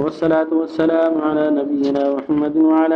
والصلاة والسلام على نبينا محمد وعلى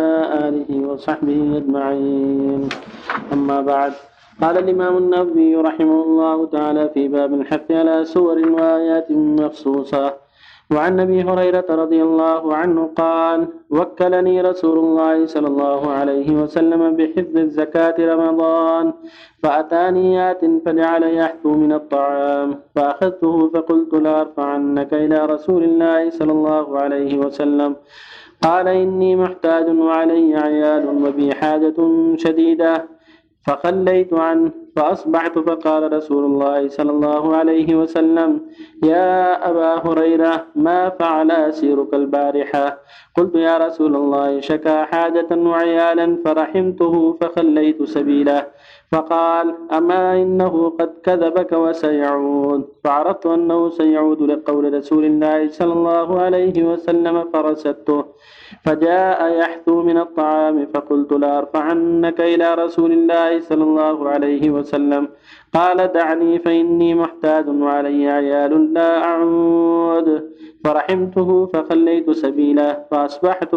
آله وصحبه أجمعين. أما بعد، قال الإمام النووي رحمه الله تعالى في باب الحث على سور وآيات مخصوصة. وعن أبي هريرة رضي الله عنه قال: وكلني رسول الله صلى الله عليه وسلم بحفظ الزكاة رمضان، فأتاني آت فجعل يحثو من الطعام، فأخذته فقلت لأرفعنك إلى رسول الله صلى الله عليه وسلم. قال: إني محتاج وعلي عيال وبي حاجة شديدة، فخليت عنه فأصبحت فقال رسول الله صلى الله عليه وسلم: يا أبا هريرة، ما فعل أسيرك البارحة؟ قلت: يا رسول الله، شكا حاجة وعيالا فرحمته فخليت سبيله. فقال: أما إنه قد كذبك وسيعود. فعرفت أنه سيعود لقول رسول الله صلى الله عليه وسلم فرسدته، فجاء يحثو من الطعام، فقلت لأرفعنك إلى رسول الله صلى الله عليه وسلم. قال: دعني فإني محتاج وعلي عيال لا أعود. فرحمته فخليت سبيله، فأصبحت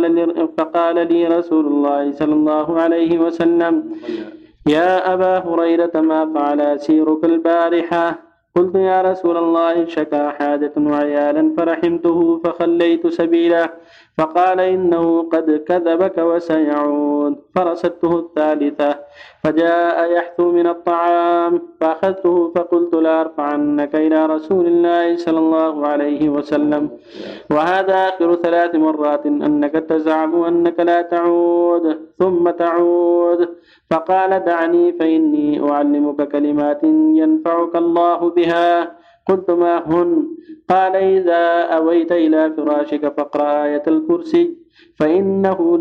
فقال لي رسول الله صلى الله عليه وسلم: يا أبا هريرة، ما فعل أسيرك البارحة؟ قلت: يا رسول الله، شكا حاجة وعيالا فرحمته فخليت سبيله. فقال: إنه قد كذبك وسيعود. فرصدته الثالثة، فجاء يحثو من الطعام، فأخذته فقلت لأرفعنك إلى رسول الله صلى الله عليه وسلم. وهذا آخر 3 مرات أنك تزعم أنك لا تعود ثم تعود. فقال: دعني فإني أعلمك كلمات ينفعك الله بها. قلت: ما هن؟ قال: إذا أويت إلى فراشك فاقرأ آية الكرسي، فإنه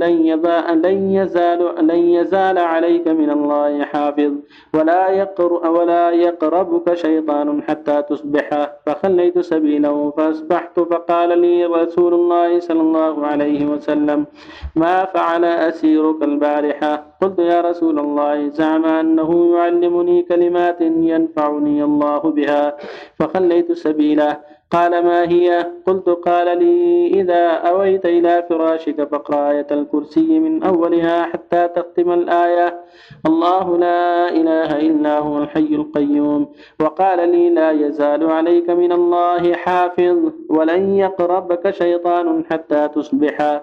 لن يزال عليك من الله حافظ، ولا يقربك شيطان حتى تصبح. فخليت سبيله فأصبحت، فقال لي رسول الله صلى الله عليه وسلم: ما فعل أسيرك البارحة؟ قلت: يا رسول الله، زعم أنه يعلمني كلمات ينفعني الله بها، فخليت سبيله. قال: ما هي؟ قلت: قال لي: إذا أويت إلى فراشك فاقرأ آية الكرسي من أولها حتى تختم الآية: الله لا إله إلا هو الحي القيوم. وقال لي: لا يزال عليك من الله حافظ، ولن يقربك شيطان حتى تصبح.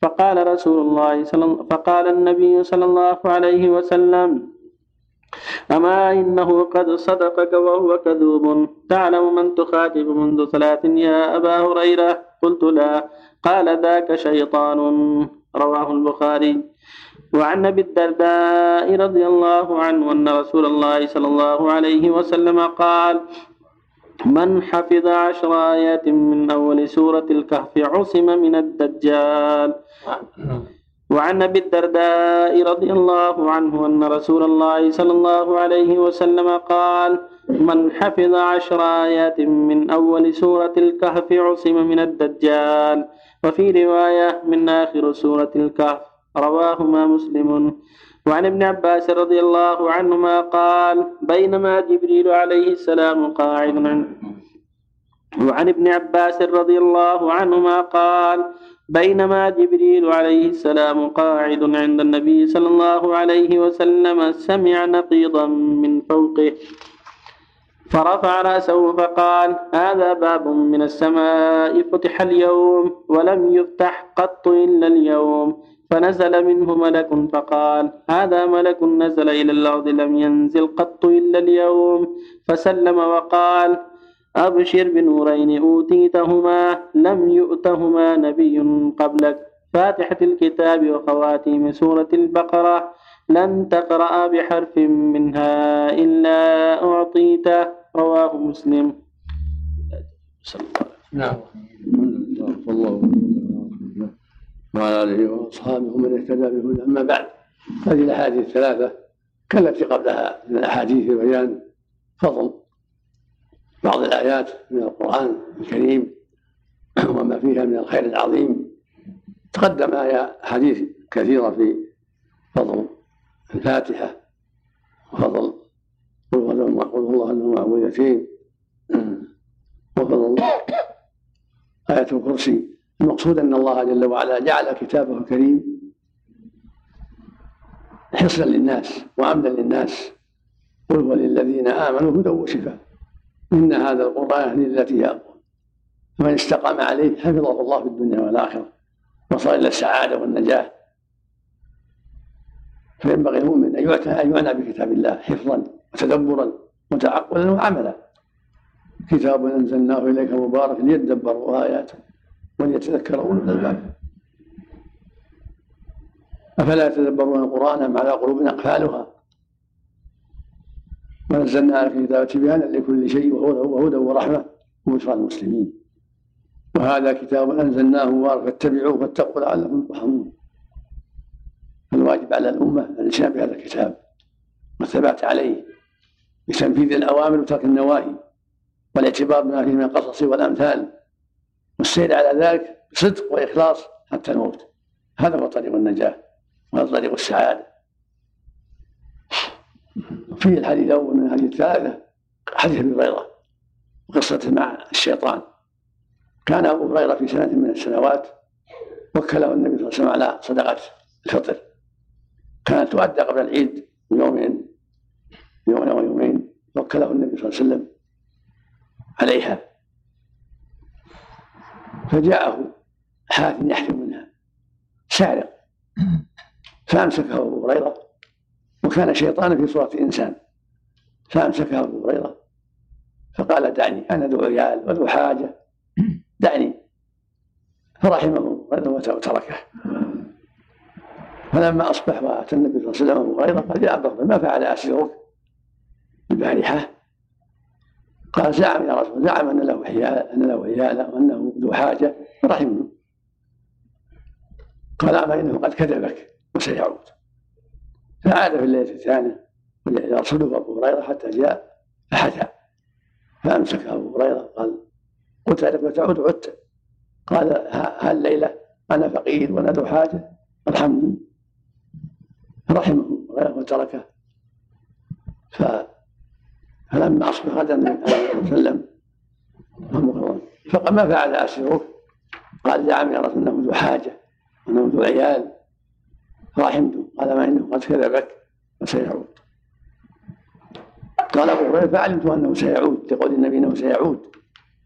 فقال النبي صلى الله عليه وسلم: أما إنه قد صدقك وهو كذوب. تعلم من تخاطب منذ 3 يا أبا هريرة؟ قلت: لا. قال: ذاك شيطان. رواه البخاري. وعن أبي الدرداء رضي الله عنه أن رسول الله صلى الله عليه وسلم قال: من حفظ 10 آيات من أول سورة الكهف عصم من الدجال. وعن أبي الدرداء رضي الله عنه أن رسول الله صلى الله عليه وسلم قال: من حفظ 10 آيات من أول سورة الكهف عصم من الدجال. وفي رواية: من آخر سورة الكهف. رواهما مسلم. وعن ابن عباس رضي الله عنهما قال: بينما جبريل عليه السلام قاعد وعن ابن عباس رضي الله عنهما قال: بينما جبريل عليه السلام قاعد عند النبي صلى الله عليه وسلم سمع نقيضا من فوقه، فرفع رأسه فقال: هذا باب من السماء فتح اليوم ولم يفتح قط إلا اليوم. فنزل منه ملك فقال: هذا ملك نزل إلى الأرض لم ينزل قط إلا اليوم. فسلم وقال: أبشر بنورين أوتيتهما لم يؤتهما نبي قبلك، فاتحة الكتاب وخواتيم سورة البقرة، لن تقرأ بحرف منها إلا أعطيته. رواه مسلم. نعم. صلى الله عليه وسلم وعلى آله وأصحابه من اهتدى بهدى. أما بعد، هذه الأحاديث 3 كالتي قبلها من الأحاديث بيان فضل بعض الآيات من القرآن الكريم وما فيها من الخير العظيم. تقدم أحاديث كثيرة في فضل الفاتحة وفضل قل هو الله المعوذتين وفضل آية الكرسي المقصود أن الله جل وعلا جعل كتابه الكريم حصنا للناس وأمنا للناس. قل هو للذين آمنوا هدى وشفاء إن هذا القرآن يهدي للتي هي أقوم فمن استقام عليه حفظه الله في الدنيا والآخرة وصل إلى السعادة والنجاة. فينبغي المؤمن أن يعنى بكتاب الله حفظا وتدبرا وتعقلا وعملا. كتاب أنزلناه إليك مبارك ليدبروا آياته وليتذكر أولو الألباب أفلا يتدبرون القرآن أم على قلوب أقفالها ونزلنا عليك الكتاب تبيانا لكل شيء وهدى ورحمة وبشرى المسلمين. وهذا كتاب أنزلناه مبارك فاتبعوه واتقوا لعلكم ترحمون. الواجب على الأمة الإنسان بهذا الكتاب والثبات عليه بتنفيذ الأوامر وترك النواهي والاعتبار بما فيه من القصص والأمثال والسير على ذلك بصدق وإخلاص حتى الموت. هذا هو طريق النجاة وهذا طريق السعادة. فيه الحديث الأول من هذه الثلاثة حديث أبي هريرة وقصته مع الشيطان. كان أبو هريرة في سنة من السنوات وكله النبي صلى الله عليه وسلم على صدقة الفطر كانت تؤدى قبل العيد يوم ويومين وكله النبي صلى الله عليه وسلم عليها فجاءه حاث يحث منها سارق فأمسكه أبو هريرة وكان شيطانا في صورة إنسان فأمسكه أبو هريرة فقال دعني أنا ذو عيال وذو حاجة دعني فرحمه وتركه. فلما أصبح وأتى النبي صلى الله عليه وسلم أبو هريرة قال يا أبا هريرة ما فعل أسيرك البارحة؟ قال زعم يا رسول زعم أن له عيال وأنه ذو حاجة فرحمه. قال أما إنه قد كذبك وسيعود. فعاد في الليلة الثانية يرصده أبو هريرة حتى جاء فحثى فأمسك أبو هريرة قال قلت لك وتعود عدت. قال هالليلة أنا فقير وأنا ذو حاجة ارحمني فرحمه وتركه. فلما أصبح غدا النبي صلى الله عليه وسلم فقال ما فعل أسيرك؟ قال زعم يا رسول أنه ذو حاجة وأنه ذو عيال فرحمته. قال ما إنه قد كذبك وسيعود. قال أبو هريرة فعلمت أنه سيعود لقول النبي أنه سيعود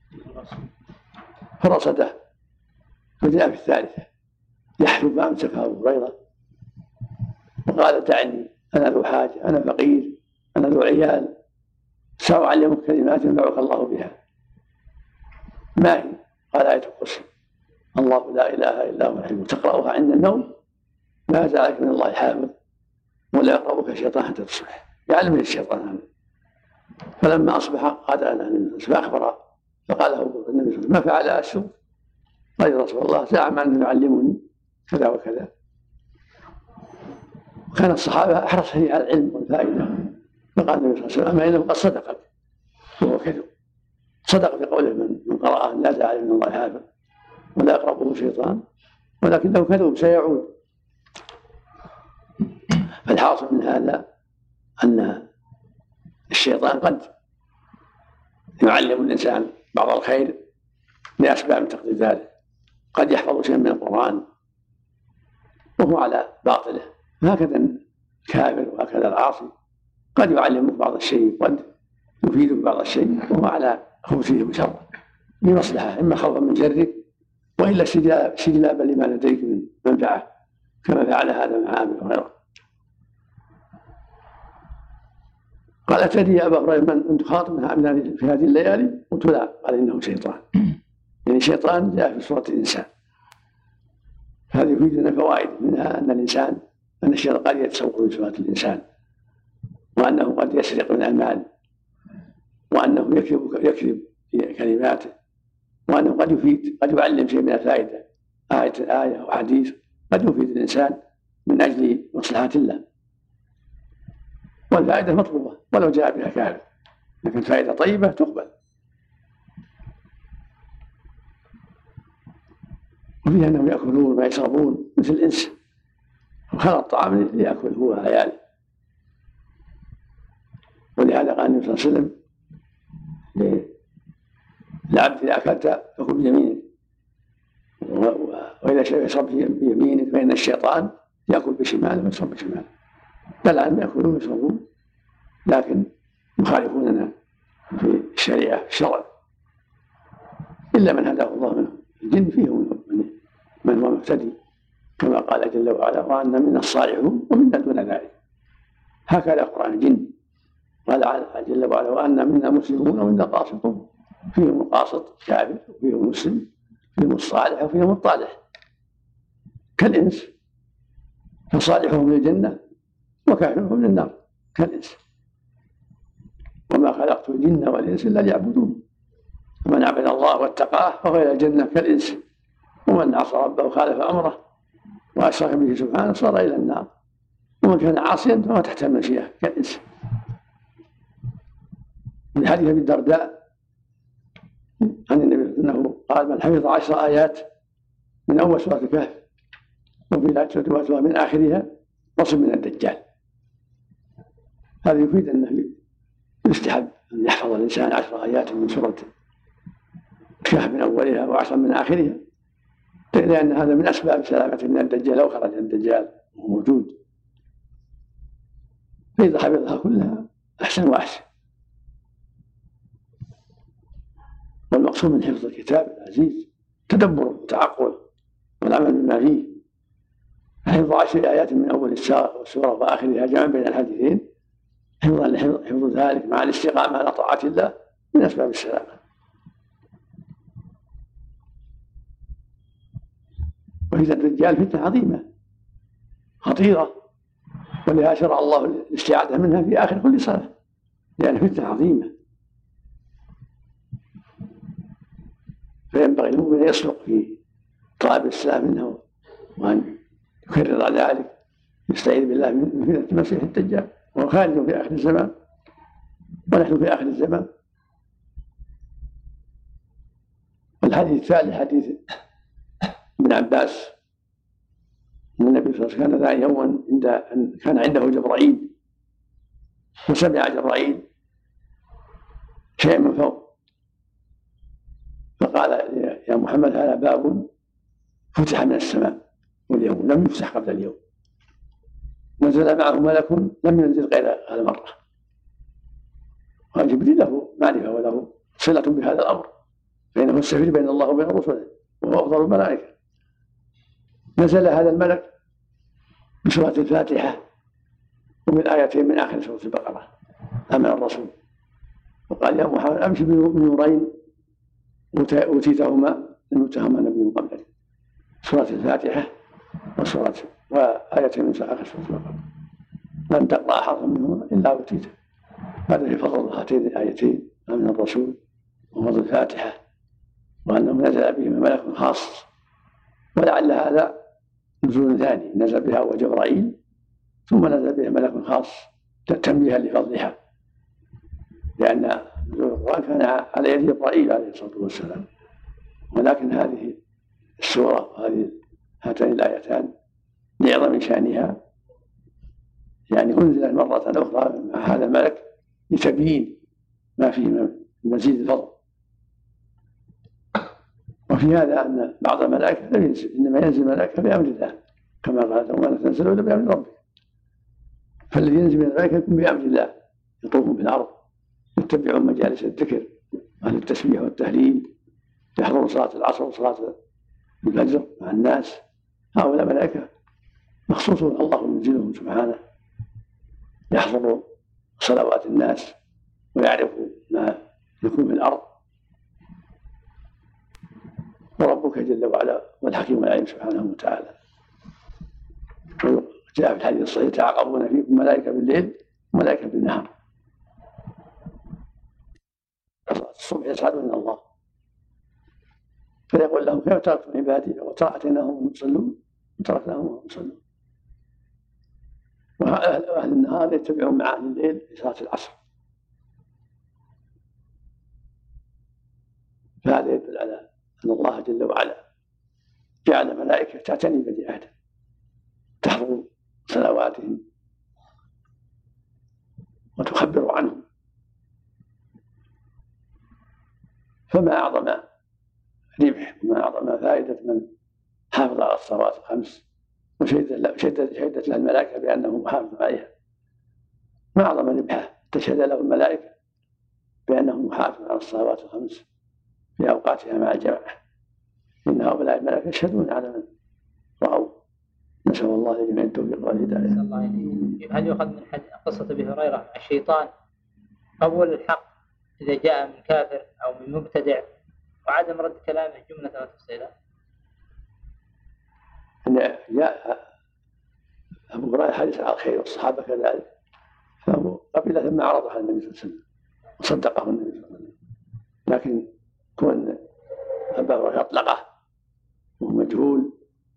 فرصده فجاء في الثالثة يحلف فأمسك أبو هريرة وقال دعني أنا ذو حاجة أنا فقير أنا ذو عيال سأعلمك كلمات ينفعك الله بها. ما هي؟ قال آية الكرسي الله لا إله إلا هو الحي تقرأها عند النوم ما زالك من الله حافظ ولا يقربك الشيطان حتى تصبح. يعلم الشيطان هذا. فلما أصبح قال أنا فأخبره فقال له النبي صلى الله عليه وسلم ما فعل أسر؟ قال يا رسول الله زعم أنه يعلمني كذا وكذا. وكان الصحابة أحرص على العلم والفائدة فقال النبي صلى الله عليه وسلم أما إنه قد صدقك وهو كذب صدق بقوله من قرأه لا زال من الله حافظ ولا يقربه شيطان ولكنه كذب سيعود. فالحاصل من هذا أن الشيطان قد يعلم الإنسان بعض الخير لأسباب تقتضي ذلك. قد يحفظ شيئا من القرآن وهو على باطله هكذا الكافر وهكذا العاصي قد يعلمك بعض الشيء قد يفيدك بعض الشيء وهو على خوفه وشره بمصلحة إما خوفا من شرك وإلا استجلابا لما لديك من منفعة كما فعل هذا مع أبي هريرة. قال أتدري يا أبا هريرة من تخاطب في هذه الليالي؟ قلت لا. قال إنه شيطان يعني شيطان جاء في صورة الإنسان. هذه يفيدنا فوائد منها أن الإنسان أن الشيطان قد يتسوق في صورة الإنسان وأنه قد يسرق من المال وأنه يكذب في كلماته وأنه قد يفيد قد يعلم شيء من الفائدة آية أو حديث قد يفيد الإنسان من أجل مصلحة الله والفائدة مطلوبة ولو جاء بها كافر لكن فائدة طيبة تقبل. وفيها أنهم يأكلون ما يشربون مثل الإنس وخلق الطعام ليأكل هو وعياله. ولهذا قال النبي صلى الله عليه وسلم للعبد إذا أكلت فكل بيمينك وإذا يشرب بيمينه فإن الشيطان يأكل بشماله ويشرب بشماله. بل أن يأكلون ويشربون لكن يخالفوننا في الشريعة في الشرع، إلا من هداه الله منهم. الجن فيهم من هو مهتدي كما قال جل وعلا: وأن منا الصالحون ومنا دون ذلك. هكذا القرآن الجن قال جل وعلا: وأن منا مسلمون ومنا قاسطون. فيهم القاسط كافر وفيهم مسلم، فيهم الصالح وفيهم الطالح كالإنس، فصالحهم للجنة وكافرهم للنار كالإنس. وما خلقت الجن والإنس إلا ليعبدون. ومن عبد الله واتقاه فهو إلى الجنة كالإنس، ومن عصى ربه وخالف أمره وأشرك به سبحانه صار إلى النار، ومن كان عاصيا فهو تحت المشيئة كالإنس. من حديث أبي الدرداء عن النبي أنه قال: من حفظ 10 آيات من أول سورة الكهف وفي رواية من آخرها نصب من الدجال. هذا يفيد أنه يستحب أن يحفظ الإنسان 10 آيات من سورة الكهف من أولها و10 من آخرها، لأن هذا من أسباب سلامة من الدجال لو خرج الدجال وهو موجود. فإذا حفظها كلها أحسن وأحسن. والمقصود من حفظ الكتاب العزيز تدبره وتعقله والعمل بما فيه. حفظ 10 آيات من أول السورة وآخرها جمع بين الحديثين حفظ ذلك مع الاستقامة على طاعة الله من أسباب السلامة. وإذا الدجال فتنة عظيمة خطيرة، ولهذا شرع الله الاستعاذة منها في آخر كل صلاة، لأن فتنة عظيمة. فينبغي المؤمن أن يصدق في طلب السلام منه وأن يكرر ذلك، يستعيذ بالله من فتنة المسيح الدجال وهو خارج في آخر الزمان، ونحن في آخر الزمان. الحديث الثالث حديث ابن عباس أن النبي صلى الله عليه وسلم كان يوما كان عنده جبرائيل، فسمع جبرائيل شيء من فوق فقال: يا محمد هذا باب فتح من السماء واليوم لم يفتح قبل اليوم، نزل معه ملك لم ينزل غير هذه المرة. وجبريل له معرفة وله صلة بهذا الأمر، فإنه السفير بين الله وبين رسله وهو أفضل الملائكة. نزل هذا الملك بسورة الفاتحة ومن آيتين من آخر سورة البقرة، آمن الرسول وقال: يا محمد أمشي بنورين أوتيتهما لم يؤتهما نبي قبلك، سورة الفاتحة وآيتين من آخر سورة البقرة، لم تقرأ حرفا منهما إلا أوتيته. هذا في فضل هاتين الآيتين، آمن الرسول وفضل الفاتحة، وأنه نزل بهما ملك خاص. ولعل هذا نزول ثاني نزل بها هو جبرائيل، ثم نزل بها ملك خاص تنبيها لفضلها، لأن نزول القرآن كان على يد جبرائيل عليه الصلاة والسلام. ولكن هذه السورة وهذه هاتين الآيتان لعظم شأنها يعني أنزلت مرة أخرى مع هذا الملك لتبيين ما فيه من مزيد الفضل. وفي هذا أن بعض الملائكة لا ينزل، إنما ينزل ملائكة بأمر الله كما قال: وما تنزل إلا بأمر ربك. فالذي ينزل من الملائكة يكون بأمر الله، يطوفون في الأرض يتبعون مجالس الذكر أهل التسبيح والتهليل، يحضرون صلاة العصر وصلاة الفجر مع الناس. هؤلاء ملائكة مخصوصون الله ينزلهم سبحانه، يحضروا صلوات الناس ويعرفوا ما يكون في الأرض. وربك جل وعلا والحكيم العليم سبحانه وتعالى. جاء في الحديث الصحيح: تعاقبون فيكم ملائكة بالليل وملائكة بالنهار. الصبح يسعدون من الله فيقول لهم: كيف تركتم عبادي وأتيناهم وهم يصلون وتركناهم وهم يصلون. وأهل النهار يتبعون مع أهل الليل في صلاة العصر. فهذا يدل على أن الله جل وعلا جعل ملائكة تعتني بني آدم، تحضر صلواتهم وتخبر عنهم. فما أعظم ربح وما أعظم فائدة من محافظ على الصلوات الخمس، وشهدت له الملائكة بأنه محافظ عليها، ما أعظم ربحه تشهد له الملائكة بأنه محافظ على الصلوات الخمس في أوقاتها مع الجماعة، إن هؤلاء الملائكة يشهدون على من رأوا. نسأل الله لجميع التوفيق والهداية. هل يؤخذ من قصة أبي هريرة مع الشيطان قبول الحق إذا جاء من كافر أو من مبتدع وعدم رد كلامه جملة وتفصيلا؟ جاء أبو هريرة حديث على الخير والصحابة كذلك، فهو قبل ثم عرضه على النبي صلى الله عليه وسلم وصدقه النبي صلى الله عليه وسلم، لكن كون أبا هريرة أطلقه وهو مجهول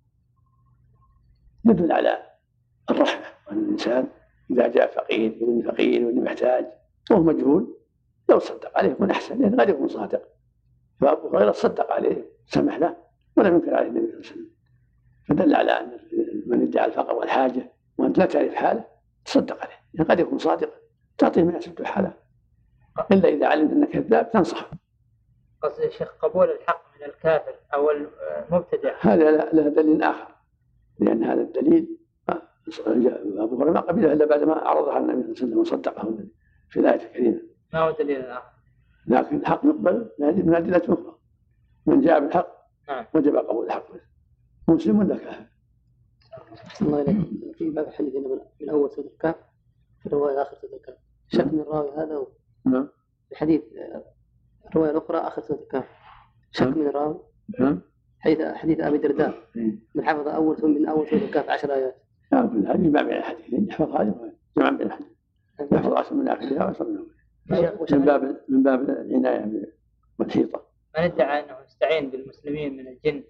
يدل على الرحمة، وأن الإنسان إذا جاء فقير وإنه محتاج وهو مجهول لو صدق عليه يكون أحسن، لأنه قد يكون صادق. فأبو هريرة صدق عليه سمح له ولم ينكر عليه النبي صلى الله عليه وسلم، فدل على أن من ادعى الفقر والحاجة وأنت لا تعرف حاله تصدق عليه، لأنه قد يكون صادقا تعطيه ما يسد حاله، إلا إذا علمت أنك كذاب تنصحه. قصد الشيخ قبول الحق من الكافر أو المبتدع هذا له دليل آخر، لأن هذا الدليل أبو هريرة ما قبله إلا بعد ما عرضه على النبي صلى الله عليه وسلم وصدقه في الآية الكريمة. ما هو دليل آخر؟ لكن الحق يقبل من أدلة أخرى، من جاء بالحق وجب قبول الحق مسلم ولا كافر. الله إليك في باب الحديث من أول سورة الكهف في الرواية آخر سورة الكهف شك من الراوي هذا نعم. الحديث الرواية الأخرى آخر سورة الكهف شك من الراوي. حديث أبي الدرداء من حفظ من أول سورة الكهف 10 آيات. كل هذه جمع بين الحديثين، يحفظ هذه جمع بين الحديث، يحفظ 10 من آخرها و10 من أولها من باب العناية والحيطة. من ادعى أنه يستعين بالمسلمين من الجن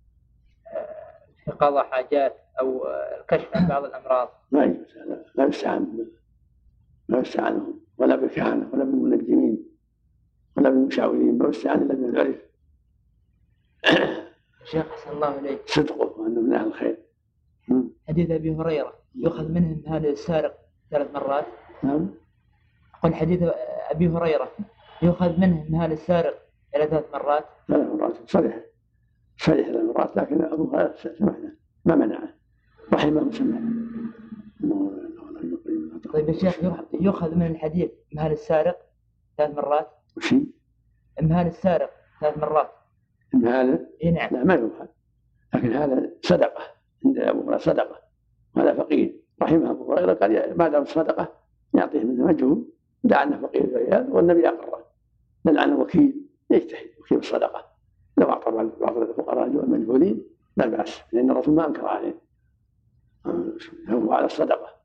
في قضاء حاجات أو الكشف عن بعض الأمراض لا يستعانهم ولا بالكهنة ولا بالمنجمين ولا بالمشعوذين، ما يستعان إلا من العرف. شيخ حسن الله إليك صدقه وأنه من أهل الخير. حديث أبي هريرة يؤخذ منه هذا السارق 3 مرات. نعم. قل حديث أبي هريرة يؤخذ منه هذا السارق 3 مرات. 3 مرات صريح 3 مرات، لكن أبو هريرة سمحنا ما منعه رحمه سمحنا. طيب يا شيخ يؤخذ من الحديث مهال السارق 3 مرات. وشي؟ مهال السارق 3 مرات. هذا؟ نعم. لا ما يؤخذ، لكن هذا صدقة عند أبو هريرة صدقة، وهذا فقير رحمه أبو هريرة قال ما دام صدقة يعطيه منه مجهول، دعا أنه فقير بالعياذ والنبي أقره، بل عنه وكيل يجتهد وكيل الصدقة، لو أعطى بعض الفقراء المجهولين لا بأس، لأن الرسول ما أنكر عليه، هو على الصدقة.